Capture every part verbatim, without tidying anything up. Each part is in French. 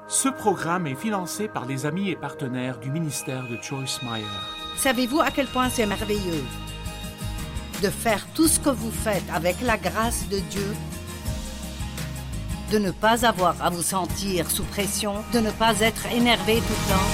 Ce programme est financé par les amis et partenaires du ministère de Joyce Meyer. Savez-vous à quel point c'est merveilleux de faire tout ce que vous faites avec la grâce de Dieu, de ne pas avoir à vous sentir sous pression, de ne pas être énervé tout le temps.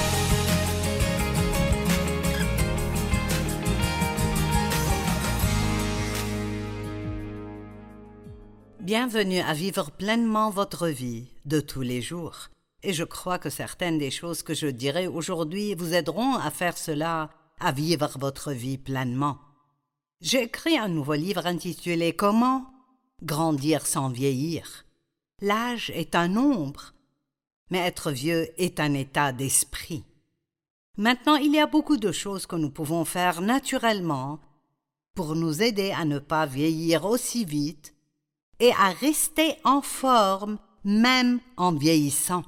Bienvenue à vivre pleinement votre vie de tous les jours. Et je crois que certaines des choses que je dirai aujourd'hui vous aideront à faire cela, à vivre votre vie pleinement. J'ai écrit un nouveau livre intitulé « Comment grandir sans vieillir ». L'âge est un nombre, mais être vieux est un état d'esprit. Maintenant, il y a beaucoup de choses que nous pouvons faire naturellement pour nous aider à ne pas vieillir aussi vite et à rester en forme même en vieillissant.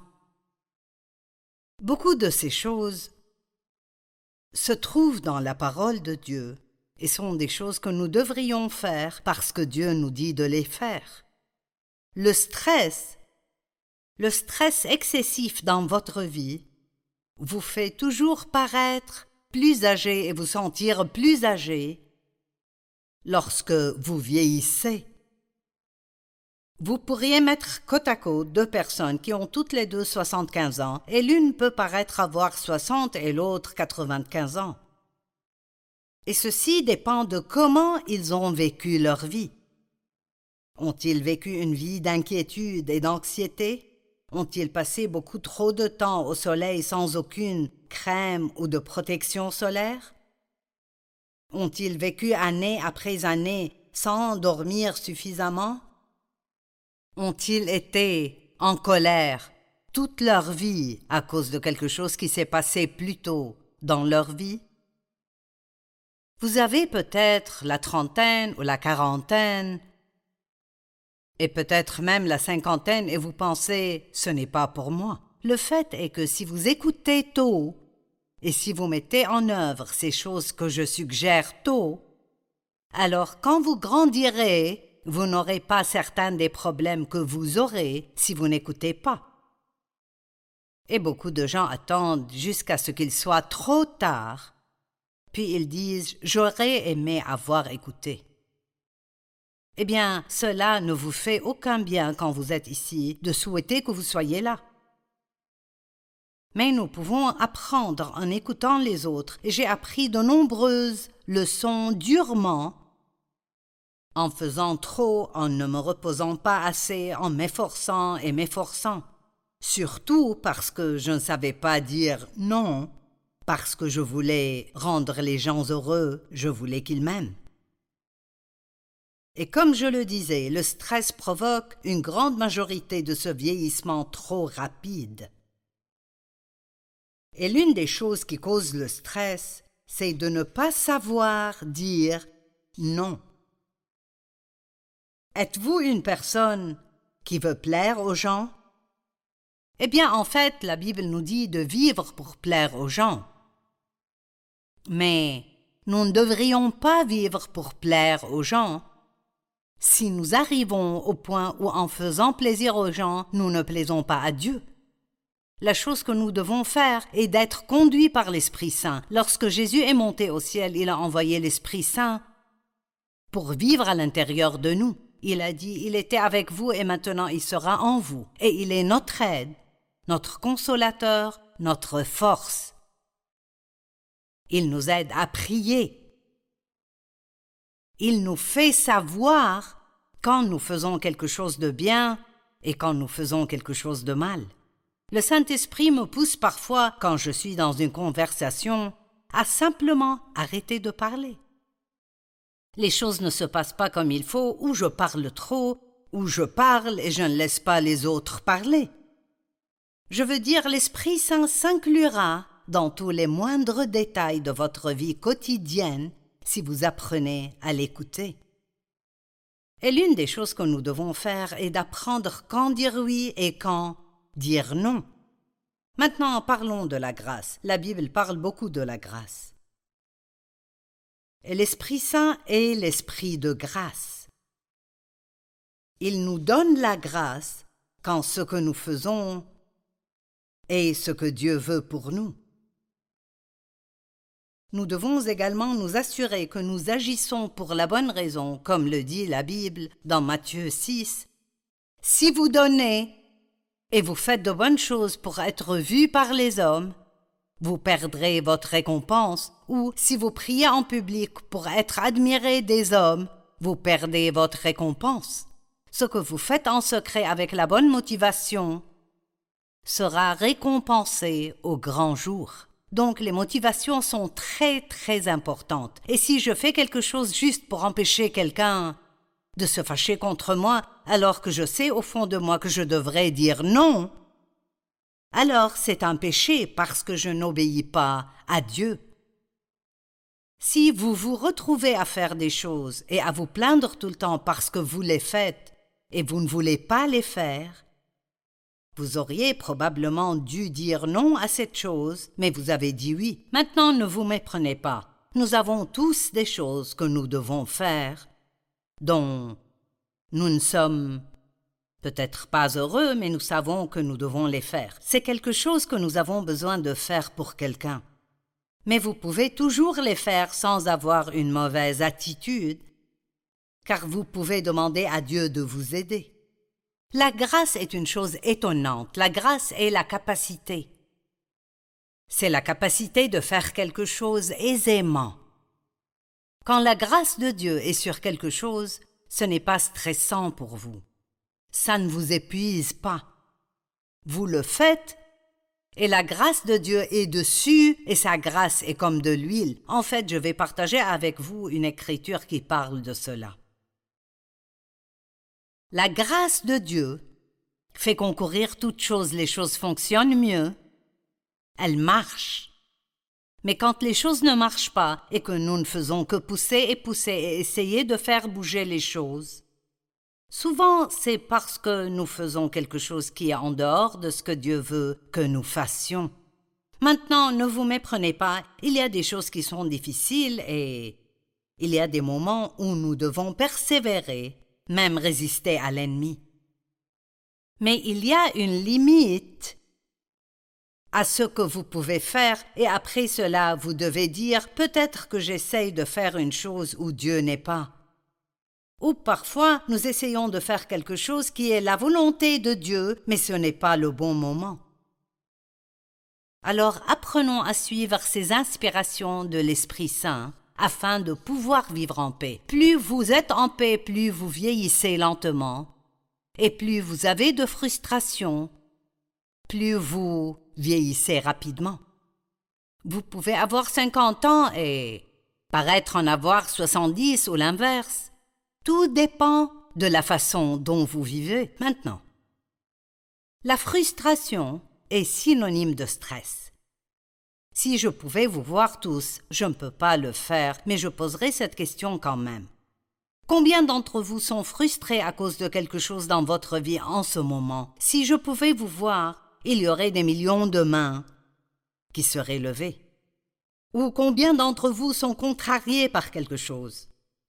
Beaucoup de ces choses se trouvent dans la parole de Dieu et sont des choses que nous devrions faire parce que Dieu nous dit de les faire. Le stress, le stress excessif dans votre vie vous fait toujours paraître plus âgé et vous sentir plus âgé lorsque vous vieillissez. Vous pourriez mettre côte à côte deux personnes qui ont toutes les deux soixante-quinze ans et l'une peut paraître avoir soixante et l'autre quatre-vingt-quinze ans. Et ceci dépend de comment ils ont vécu leur vie. Ont-ils vécu une vie d'inquiétude et d'anxiété? Ont-ils passé beaucoup trop de temps au soleil sans aucune crème ou de protection solaire? Ont-ils vécu année après année sans dormir suffisamment? Ont-ils été en colère toute leur vie à cause de quelque chose qui s'est passé plus tôt dans leur vie? Vous avez peut-être la trentaine ou la quarantaine, et peut-être même la cinquantaine, et vous pensez « ce n'est pas pour moi ». Le fait est que si vous écoutez tôt, et si vous mettez en œuvre ces choses que je suggère tôt, alors quand vous grandirez, vous n'aurez pas certains des problèmes que vous aurez si vous n'écoutez pas. Et beaucoup de gens attendent jusqu'à ce qu'il soit trop tard, puis ils disent « j'aurais aimé avoir écouté ». Eh bien, cela ne vous fait aucun bien quand vous êtes ici de souhaiter que vous soyez là. Mais nous pouvons apprendre en écoutant les autres, et j'ai appris de nombreuses leçons durement en faisant trop, en ne me reposant pas assez, en m'efforçant et m'efforçant. Surtout parce que je ne savais pas dire non, parce que je voulais rendre les gens heureux, je voulais qu'ils m'aiment. Et comme je le disais, le stress provoque une grande majorité de ce vieillissement trop rapide. Et l'une des choses qui cause le stress, c'est de ne pas savoir dire non. Êtes-vous une personne qui veut plaire aux gens? Eh bien, en fait, la Bible nous dit de vivre pour plaire aux gens. Mais nous ne devrions pas vivre pour plaire aux gens si nous arrivons au point où, en faisant plaisir aux gens, nous ne plaisons pas à Dieu. La chose que nous devons faire est d'être conduits par l'Esprit Saint. Lorsque Jésus est monté au ciel, il a envoyé l'Esprit Saint pour vivre à l'intérieur de nous. Il a dit, il était avec vous et maintenant il sera en vous. Et il est notre aide, notre consolateur, notre force. Il nous aide à prier. Il nous fait savoir quand nous faisons quelque chose de bien et quand nous faisons quelque chose de mal. Le Saint-Esprit me pousse parfois, quand je suis dans une conversation, à simplement arrêter de parler. Les choses ne se passent pas comme il faut, ou je parle trop, ou je parle et je ne laisse pas les autres parler. Je veux dire, l'Esprit Saint s'inclura dans tous les moindres détails de votre vie quotidienne si vous apprenez à l'écouter. Et l'une des choses que nous devons faire est d'apprendre quand dire oui et quand dire non. Maintenant, parlons de la grâce. La Bible parle beaucoup de la grâce. Et l'Esprit Saint est l'Esprit de grâce. Il nous donne la grâce quand ce que nous faisons et ce que Dieu veut pour nous. Nous devons également nous assurer que nous agissons pour la bonne raison, comme le dit la Bible dans Matthieu six. Si vous donnez et vous faites de bonnes choses pour être vus par les hommes, vous perdrez votre récompense, ou si vous priez en public pour être admirés des hommes, vous perdez votre récompense. Ce que vous faites en secret avec la bonne motivation sera récompensé au grand jour. Donc les motivations sont très très importantes. Et si je fais quelque chose juste pour empêcher quelqu'un de se fâcher contre moi, alors que je sais au fond de moi que je devrais dire non, alors c'est un péché parce que je n'obéis pas à Dieu. Si vous vous retrouvez à faire des choses et à vous plaindre tout le temps parce que vous les faites et vous ne voulez pas les faire, vous auriez probablement dû dire non à cette chose, mais vous avez dit oui. Maintenant, ne vous méprenez pas. Nous avons tous des choses que nous devons faire, dont nous ne sommes peut-être pas heureux, mais nous savons que nous devons les faire. C'est quelque chose que nous avons besoin de faire pour quelqu'un. Mais vous pouvez toujours les faire sans avoir une mauvaise attitude, car vous pouvez demander à Dieu de vous aider. La grâce est une chose étonnante. La grâce est la capacité. C'est la capacité de faire quelque chose aisément. Quand la grâce de Dieu est sur quelque chose, ce n'est pas stressant pour vous. Ça ne vous épuise pas. Vous le faites et la grâce de Dieu est dessus et sa grâce est comme de l'huile. En fait, je vais partager avec vous une écriture qui parle de cela. La grâce de Dieu fait concourir toutes choses, les choses fonctionnent mieux, elles marchent. Mais quand les choses ne marchent pas et que nous ne faisons que pousser et pousser et essayer de faire bouger les choses, souvent c'est parce que nous faisons quelque chose qui est en dehors de ce que Dieu veut que nous fassions. Maintenant, ne vous méprenez pas, il y a des choses qui sont difficiles et il y a des moments où nous devons persévérer, même résister à l'ennemi. Mais il y a une limite à ce que vous pouvez faire et après cela vous devez dire peut-être que j'essaye de faire une chose où Dieu n'est pas. Ou parfois nous essayons de faire quelque chose qui est la volonté de Dieu, mais ce n'est pas le bon moment. Alors apprenons à suivre ces inspirations de l'Esprit Saint afin de pouvoir vivre en paix. Plus vous êtes en paix, plus vous vieillissez lentement, et plus vous avez de frustration, plus vous vieillissez rapidement. Vous pouvez avoir cinquante ans et paraître en avoir soixante-dix ou l'inverse. Tout dépend de la façon dont vous vivez maintenant. La frustration est synonyme de stress. Si je pouvais vous voir tous, je ne peux pas le faire, mais je poserai cette question quand même. Combien d'entre vous sont frustrés à cause de quelque chose dans votre vie en ce moment? Si je pouvais vous voir, il y aurait des millions de mains qui seraient levées. Ou combien d'entre vous sont contrariés par quelque chose?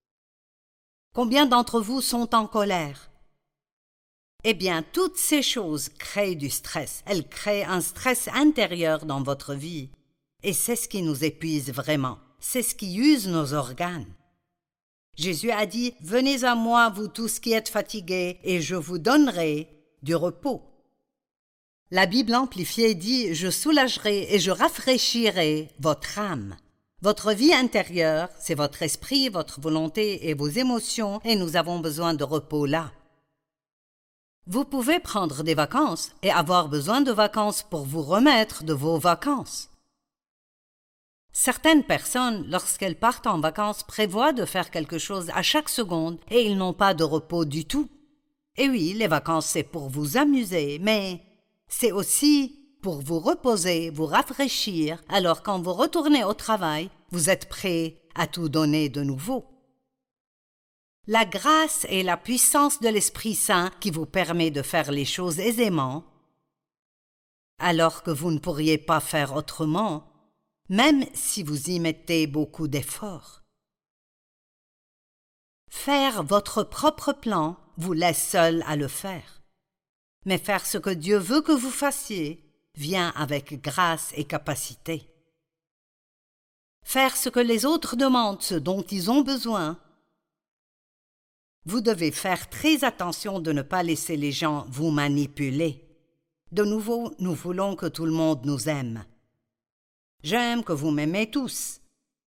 Combien d'entre vous sont en colère? Eh bien, toutes ces choses créent du stress. Elles créent un stress intérieur dans votre vie. Et c'est ce qui nous épuise vraiment. C'est ce qui use nos organes. Jésus a dit « Venez à moi, vous tous qui êtes fatigués, et je vous donnerai du repos. » La Bible amplifiée dit « Je soulagerai et je rafraîchirai votre âme. » Votre vie intérieure, c'est votre esprit, votre volonté et vos émotions, et nous avons besoin de repos là. Vous pouvez prendre des vacances et avoir besoin de vacances pour vous remettre de vos vacances. Certaines personnes, lorsqu'elles partent en vacances, prévoient de faire quelque chose à chaque seconde et ils n'ont pas de repos du tout. Et oui, les vacances, c'est pour vous amuser, mais c'est aussi pour vous reposer, vous rafraîchir. Alors quand vous retournez au travail, vous êtes prêt à tout donner de nouveau. La grâce et la puissance de l'Esprit Saint qui vous permet de faire les choses aisément, alors que vous ne pourriez pas faire autrement, même si vous y mettez beaucoup d'efforts. Faire votre propre plan vous laisse seul à le faire. Mais faire ce que Dieu veut que vous fassiez vient avec grâce et capacité. Faire ce que les autres demandent, ce dont ils ont besoin. Vous devez faire très attention de ne pas laisser les gens vous manipuler. De nouveau, nous voulons que tout le monde nous aime. J'aime que vous m'aimez tous.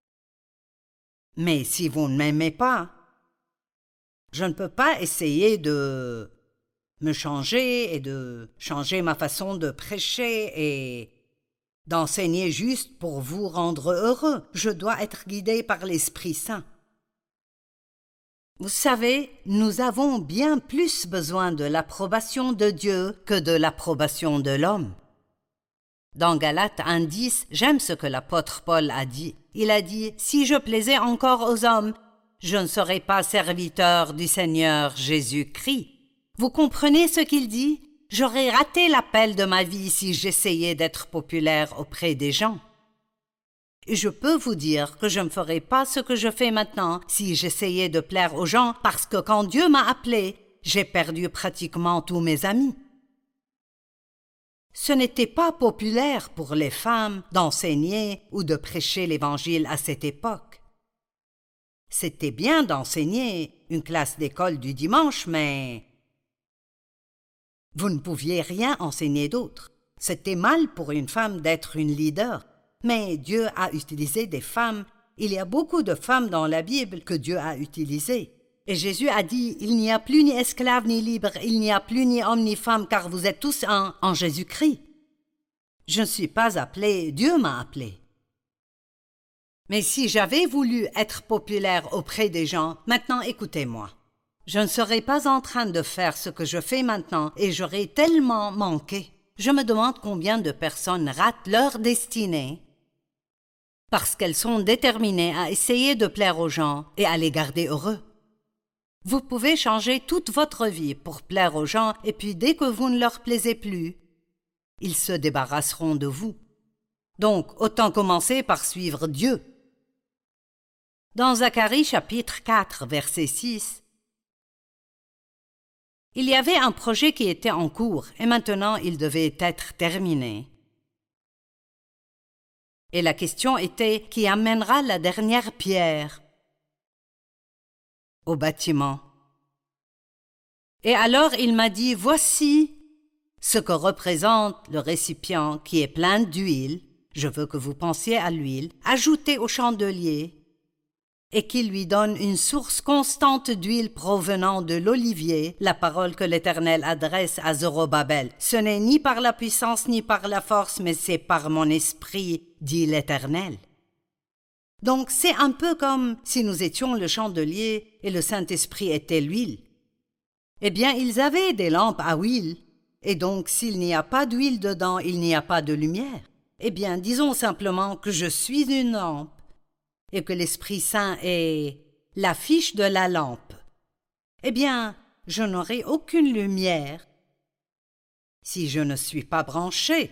Mais si vous ne m'aimez pas, je ne peux pas essayer de me changer et de changer ma façon de prêcher et d'enseigner juste pour vous rendre heureux. Je dois être guidé par l'Esprit Saint. Vous savez, nous avons bien plus besoin de l'approbation de Dieu que de l'approbation de l'homme. Dans Galates un dix, j'aime ce que l'apôtre Paul a dit. Il a dit « Si je plaisais encore aux hommes, je ne serais pas serviteur du Seigneur Jésus-Christ. » Vous comprenez ce qu'il dit? J'aurais raté l'appel de ma vie si j'essayais d'être populaire auprès des gens. Et je peux vous dire que je ne ferais pas ce que je fais maintenant si j'essayais de plaire aux gens parce que quand Dieu m'a appelé, j'ai perdu pratiquement tous mes amis. Ce n'était pas populaire pour les femmes d'enseigner ou de prêcher l'Évangile à cette époque. C'était bien d'enseigner une classe d'école du dimanche, mais vous ne pouviez rien enseigner d'autre. C'était mal pour une femme d'être une leader. Mais Dieu a utilisé des femmes. Il y a beaucoup de femmes dans la Bible que Dieu a utilisées. Et Jésus a dit, il n'y a plus ni esclave ni libre, il n'y a plus ni homme ni femme, car vous êtes tous un en Jésus-Christ. Je ne suis pas appelé, Dieu m'a appelé. Mais si j'avais voulu être populaire auprès des gens, maintenant écoutez-moi. Je ne serais pas en train de faire ce que je fais maintenant et j'aurais tellement manqué. Je me demande combien de personnes ratent leur destinée parce qu'elles sont déterminées à essayer de plaire aux gens et à les garder heureux. Vous pouvez changer toute votre vie pour plaire aux gens et puis dès que vous ne leur plaisez plus, ils se débarrasseront de vous. Donc, autant commencer par suivre Dieu. Dans Zacharie chapitre quatre, verset six, il y avait un projet qui était en cours et maintenant il devait être terminé. Et la question était qui amènera la dernière pierre au bâtiment. Et alors il m'a dit, voici ce que représente le récipient qui est plein d'huile. Je veux que vous pensiez à l'huile, ajoutée au chandelier, et qui lui donne une source constante d'huile provenant de l'olivier, la parole que l'Éternel adresse à Zorobabel. Ce n'est ni par la puissance ni par la force, mais c'est par mon esprit, dit l'Éternel. Donc c'est un peu comme si nous étions le chandelier et le Saint-Esprit était l'huile. Eh bien, ils avaient des lampes à huile, et donc s'il n'y a pas d'huile dedans, il n'y a pas de lumière. Eh bien, disons simplement que je suis une lampe, et que l'Esprit Saint est l'affiche de la lampe, eh bien, je n'aurai aucune lumière si je ne suis pas branché.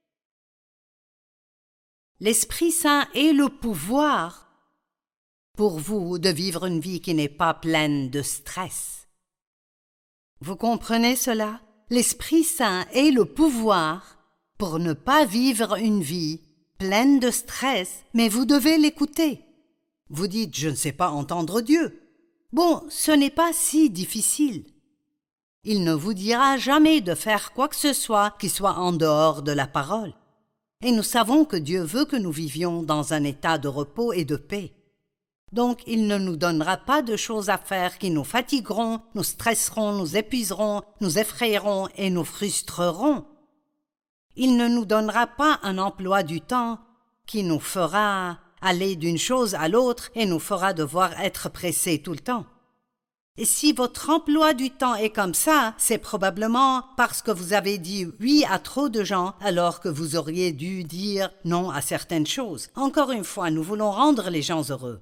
L'Esprit Saint est le pouvoir pour vous de vivre une vie qui n'est pas pleine de stress. Vous comprenez cela? L'Esprit Saint est le pouvoir pour ne pas vivre une vie pleine de stress, mais vous devez l'écouter. Vous dites, je ne sais pas entendre Dieu. Bon, ce n'est pas si difficile. Il ne vous dira jamais de faire quoi que ce soit qui soit en dehors de la parole. Et nous savons que Dieu veut que nous vivions dans un état de repos et de paix. Donc il ne nous donnera pas de choses à faire qui nous fatigueront, nous stresseront, nous épuiseront, nous effrayeront et nous frustreront. Il ne nous donnera pas un emploi du temps qui nous fera aller d'une chose à l'autre et nous fera devoir être pressés tout le temps. Et si votre emploi du temps est comme ça, c'est probablement parce que vous avez dit oui à trop de gens alors que vous auriez dû dire non à certaines choses. Encore une fois, nous voulons rendre les gens heureux.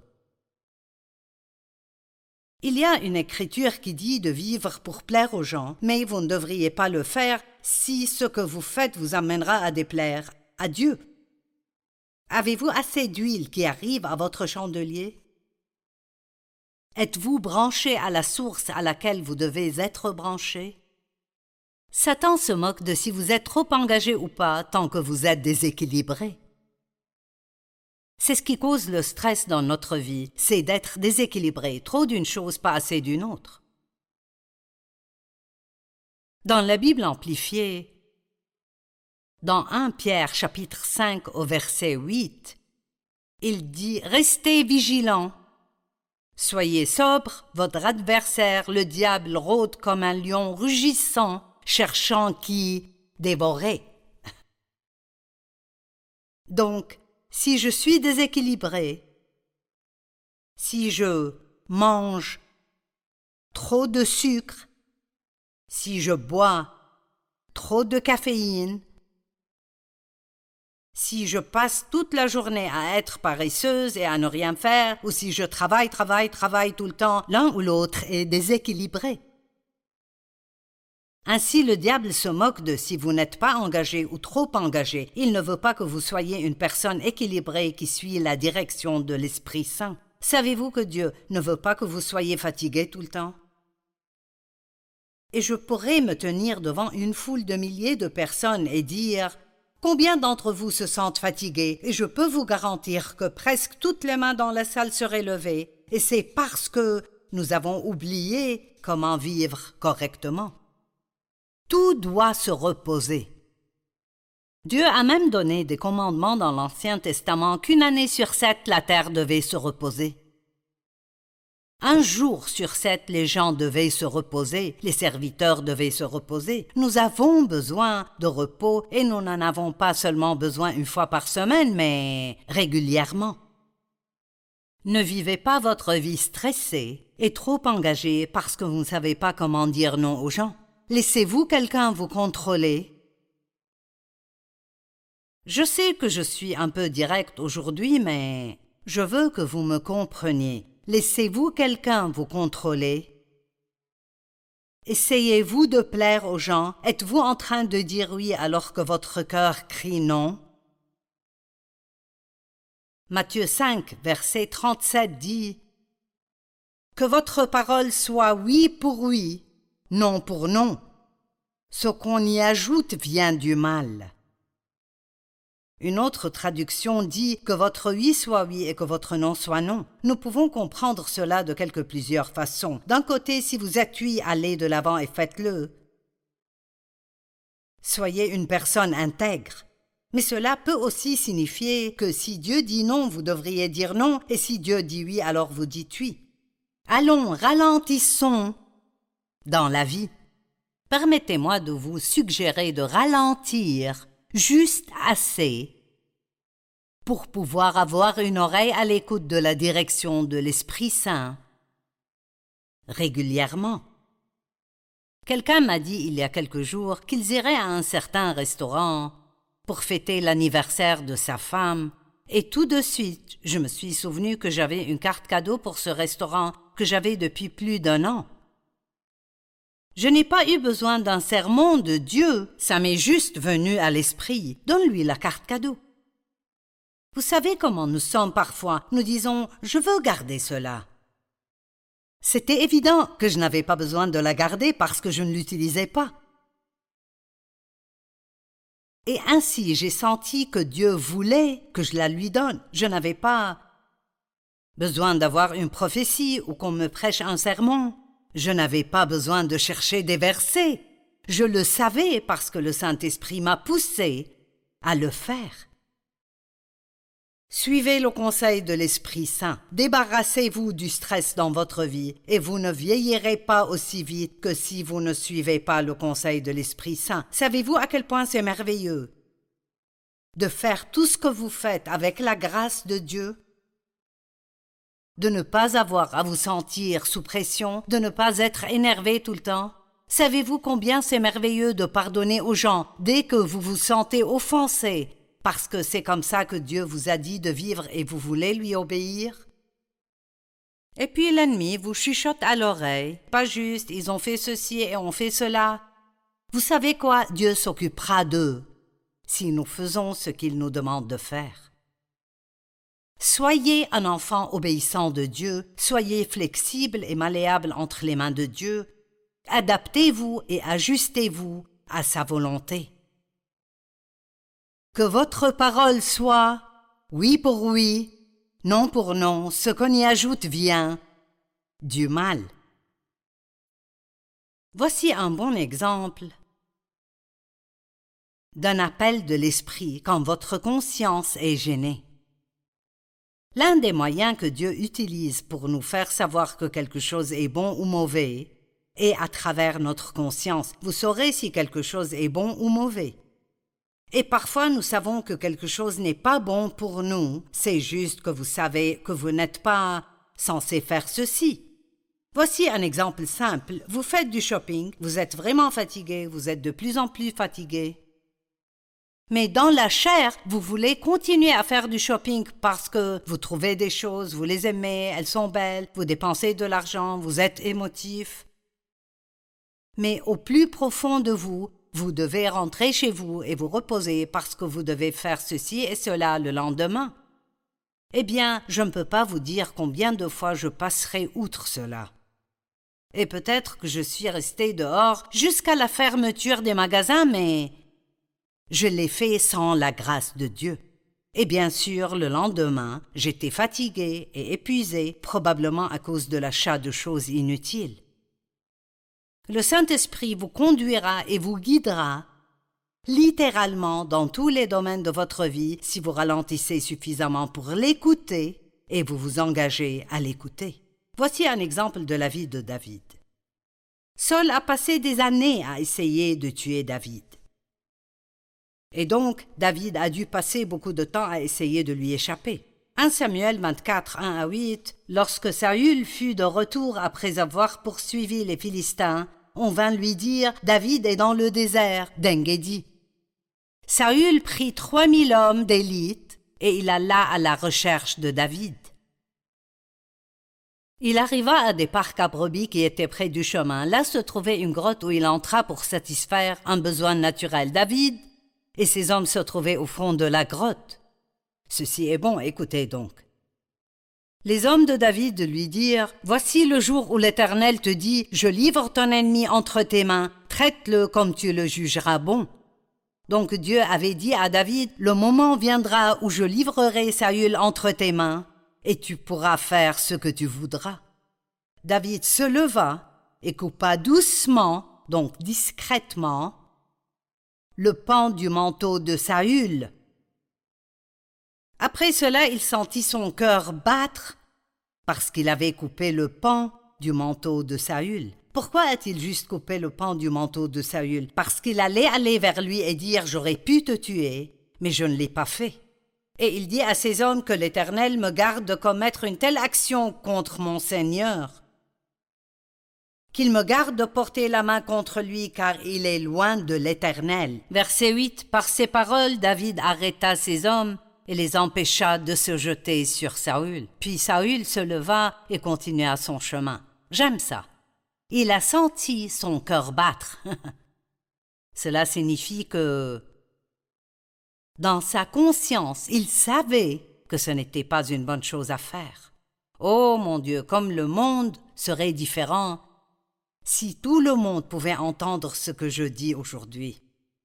Il y a une écriture qui dit de vivre pour plaire aux gens, mais vous ne devriez pas le faire si ce que vous faites vous amènera à déplaire à Dieu. Avez-vous assez d'huile qui arrive à votre chandelier? Êtes-vous branché à la source à laquelle vous devez être branché? Satan se moque de si vous êtes trop engagé ou pas tant que vous êtes déséquilibré. C'est ce qui cause le stress dans notre vie, c'est d'être déséquilibré, trop d'une chose, pas assez d'une autre. Dans la Bible amplifiée, dans premier Pierre chapitre cinq au verset huit, il dit « Restez vigilants, soyez sobres, votre adversaire, le diable, rôde comme un lion rugissant, cherchant qui dévorer. » Donc, si je suis déséquilibré, si je mange trop de sucre, si je bois trop de caféine, si je passe toute la journée à être paresseuse et à ne rien faire, ou si je travaille, travaille, travaille tout le temps, l'un ou l'autre est déséquilibré. Ainsi, le diable se moque de si vous n'êtes pas engagé ou trop engagé. Il ne veut pas que vous soyez une personne équilibrée qui suit la direction de l'Esprit Saint. Savez-vous que Dieu ne veut pas que vous soyez fatigué tout le temps? Et je pourrais me tenir devant une foule de milliers de personnes et dire « Combien d'entre vous se sentent fatigués ?» Et je peux vous garantir que presque toutes les mains dans la salle seraient levées. Et c'est parce que nous avons oublié comment vivre correctement. Tout doit se reposer. Dieu a même donné des commandements dans l'Ancien Testament qu'une année sur sept, la terre devait se reposer. Un jour sur sept, les gens devaient se reposer, les serviteurs devaient se reposer. Nous avons besoin de repos et nous n'en avons pas seulement besoin une fois par semaine, mais régulièrement. Ne vivez pas votre vie stressée et trop engagée parce que vous ne savez pas comment dire non aux gens. Laissez-vous quelqu'un vous contrôler? Je sais que je suis un peu direct aujourd'hui, mais je veux que vous me compreniez. Laissez-vous quelqu'un vous contrôler? Essayez-vous de plaire aux gens? Êtes-vous en train de dire oui alors que votre cœur crie non? Matthieu cinq, verset trente-sept dit « Que votre parole soit oui pour oui, non pour non. Ce qu'on y ajoute vient du mal. » Une autre traduction dit que votre oui soit oui et que votre non soit non. Nous pouvons comprendre cela de quelque plusieurs façons. D'un côté, si vous êtes oui, allez de l'avant et faites-le. Soyez une personne intègre. Mais cela peut aussi signifier que si Dieu dit non, vous devriez dire non, et si Dieu dit oui, alors vous dites oui. Allons, ralentissons dans la vie. Permettez-moi de vous suggérer de ralentir juste assez pour pouvoir avoir une oreille à l'écoute de la direction de l'Esprit Saint régulièrement. Quelqu'un m'a dit il y a quelques jours qu'ils iraient à un certain restaurant pour fêter l'anniversaire de sa femme, et tout de suite, je me suis souvenu que j'avais une carte cadeau pour ce restaurant que j'avais depuis plus d'un an. Je n'ai pas eu besoin d'un sermon de Dieu, ça m'est juste venu à l'esprit. Donne-lui la carte cadeau. Vous savez comment nous sommes parfois, nous disons « je veux garder cela ». C'était évident que je n'avais pas besoin de la garder parce que je ne l'utilisais pas. Et ainsi j'ai senti que Dieu voulait que je la lui donne. Je n'avais pas besoin d'avoir une prophétie ou qu'on me prêche un sermon. Je n'avais pas besoin de chercher des versets. Je le savais parce que le Saint-Esprit m'a poussé à le faire. Suivez le conseil de l'Esprit Saint. Débarrassez-vous du stress dans votre vie et vous ne vieillirez pas aussi vite que si vous ne suivez pas le conseil de l'Esprit Saint. Savez-vous à quel point c'est merveilleux de faire tout ce que vous faites avec la grâce de Dieu? De ne pas avoir à vous sentir sous pression, de ne pas être énervé tout le temps. Savez-vous combien c'est merveilleux de pardonner aux gens dès que vous vous sentez offensé, parce que c'est comme ça que Dieu vous a dit de vivre et vous voulez lui obéir? Et puis l'ennemi vous chuchote à l'oreille, pas juste, ils ont fait ceci et ont fait cela. Vous savez quoi? Dieu s'occupera d'eux si nous faisons ce qu'il nous demande de faire. Soyez un enfant obéissant de Dieu, soyez flexible et malléable entre les mains de Dieu, adaptez-vous et ajustez-vous à sa volonté. Que votre parole soit oui pour oui, non pour non, ce qu'on y ajoute vient du mal. Voici un bon exemple d'un appel de l'esprit quand votre conscience est gênée. L'un des moyens que Dieu utilise pour nous faire savoir que quelque chose est bon ou mauvais est à travers notre conscience. Vous saurez si quelque chose est bon ou mauvais. Et parfois nous savons que quelque chose n'est pas bon pour nous, c'est juste que vous savez que vous n'êtes pas censé faire ceci. Voici un exemple simple. Vous faites du shopping, vous êtes vraiment fatigué, vous êtes de plus en plus fatigué. Mais dans la chair, vous voulez continuer à faire du shopping parce que vous trouvez des choses, vous les aimez, elles sont belles, vous dépensez de l'argent, vous êtes émotif. Mais au plus profond de vous, vous devez rentrer chez vous et vous reposer parce que vous devez faire ceci et cela le lendemain. Eh bien, je ne peux pas vous dire combien de fois je passerai outre cela. Et peut-être que je suis restée dehors jusqu'à la fermeture des magasins, mais je l'ai fait sans la grâce de Dieu. Et bien sûr, le lendemain, j'étais fatiguée et épuisée, probablement à cause de l'achat de choses inutiles. Le Saint-Esprit vous conduira et vous guidera littéralement dans tous les domaines de votre vie si vous ralentissez suffisamment pour l'écouter et vous vous engagez à l'écouter. Voici un exemple de la vie de David. Saül a passé des années à essayer de tuer David. Et donc, David a dû passer beaucoup de temps à essayer de lui échapper. premier Samuel vingt-quatre, un à huit, lorsque Saül fut de retour après avoir poursuivi les Philistins, on vint lui dire « David est dans le désert d'En-Gedi ». Saül prit trois mille hommes d'élite et il alla à la recherche de David. Il arriva à des parcs à brebis qui étaient près du chemin. Là se trouvait une grotte où il entra pour satisfaire un besoin naturel. David et ses hommes se trouvaient au fond de la grotte. Ceci est bon, écoutez donc. Les hommes de David lui dirent « Voici le jour où l'Éternel te dit « Je livre ton ennemi entre tes mains, traite-le comme tu le jugeras bon. » Donc Dieu avait dit à David « Le moment viendra où je livrerai Saül entre tes mains, et tu pourras faire ce que tu voudras. » David se leva et coupa doucement, donc discrètement, le pan du manteau de Saül. Après cela, il sentit son cœur battre parce qu'il avait coupé le pan du manteau de Saül. Pourquoi a-t-il juste coupé le pan du manteau de Saül? Parce qu'il allait aller vers lui et dire « J'aurais pu te tuer, mais je ne l'ai pas fait. » Et il dit à ses hommes que l'Éternel me garde de commettre une telle action contre mon Seigneur, qu'il me garde de porter la main contre lui, car il est loin de l'Éternel. Verset huit. Par ces paroles, David arrêta ses hommes et les empêcha de se jeter sur Saül. Puis Saül se leva et continua son chemin. J'aime ça. Il a senti son cœur battre. Cela signifie que, dans sa conscience, il savait que ce n'était pas une bonne chose à faire. Oh mon Dieu, comme le monde serait différent si tout le monde pouvait entendre ce que je dis aujourd'hui.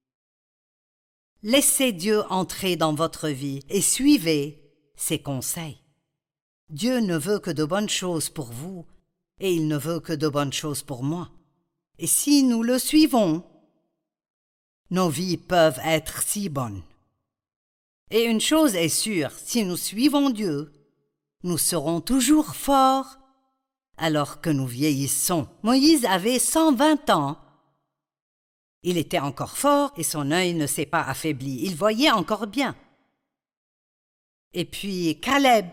Laissez Dieu entrer dans votre vie et suivez ses conseils. Dieu ne veut que de bonnes choses pour vous et il ne veut que de bonnes choses pour moi. Et si nous le suivons, nos vies peuvent être si bonnes. Et une chose est sûre, si nous suivons Dieu, nous serons toujours forts alors que nous vieillissons. Moïse avait cent vingt ans. Il était encore fort et son œil ne s'est pas affaibli. Il voyait encore bien. Et puis Caleb,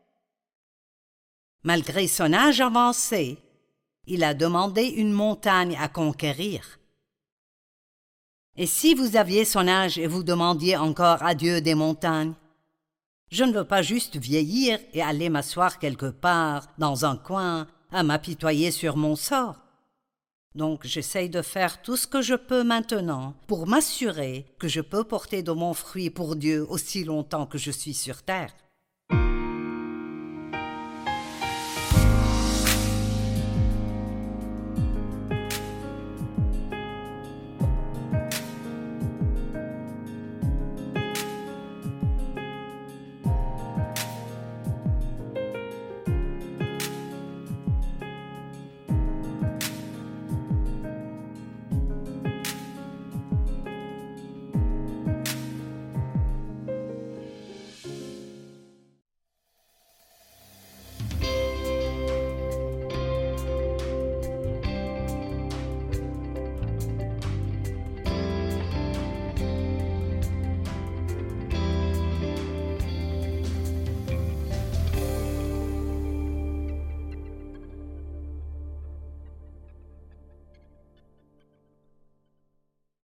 malgré son âge avancé, il a demandé une montagne à conquérir. Et si vous aviez son âge et vous demandiez encore à Dieu des montagnes, je ne veux pas juste vieillir et aller m'asseoir quelque part dans un coin à m'apitoyer sur mon sort. Donc j'essaye de faire tout ce que je peux maintenant pour m'assurer que je peux porter de mon fruit pour Dieu aussi longtemps que je suis sur terre.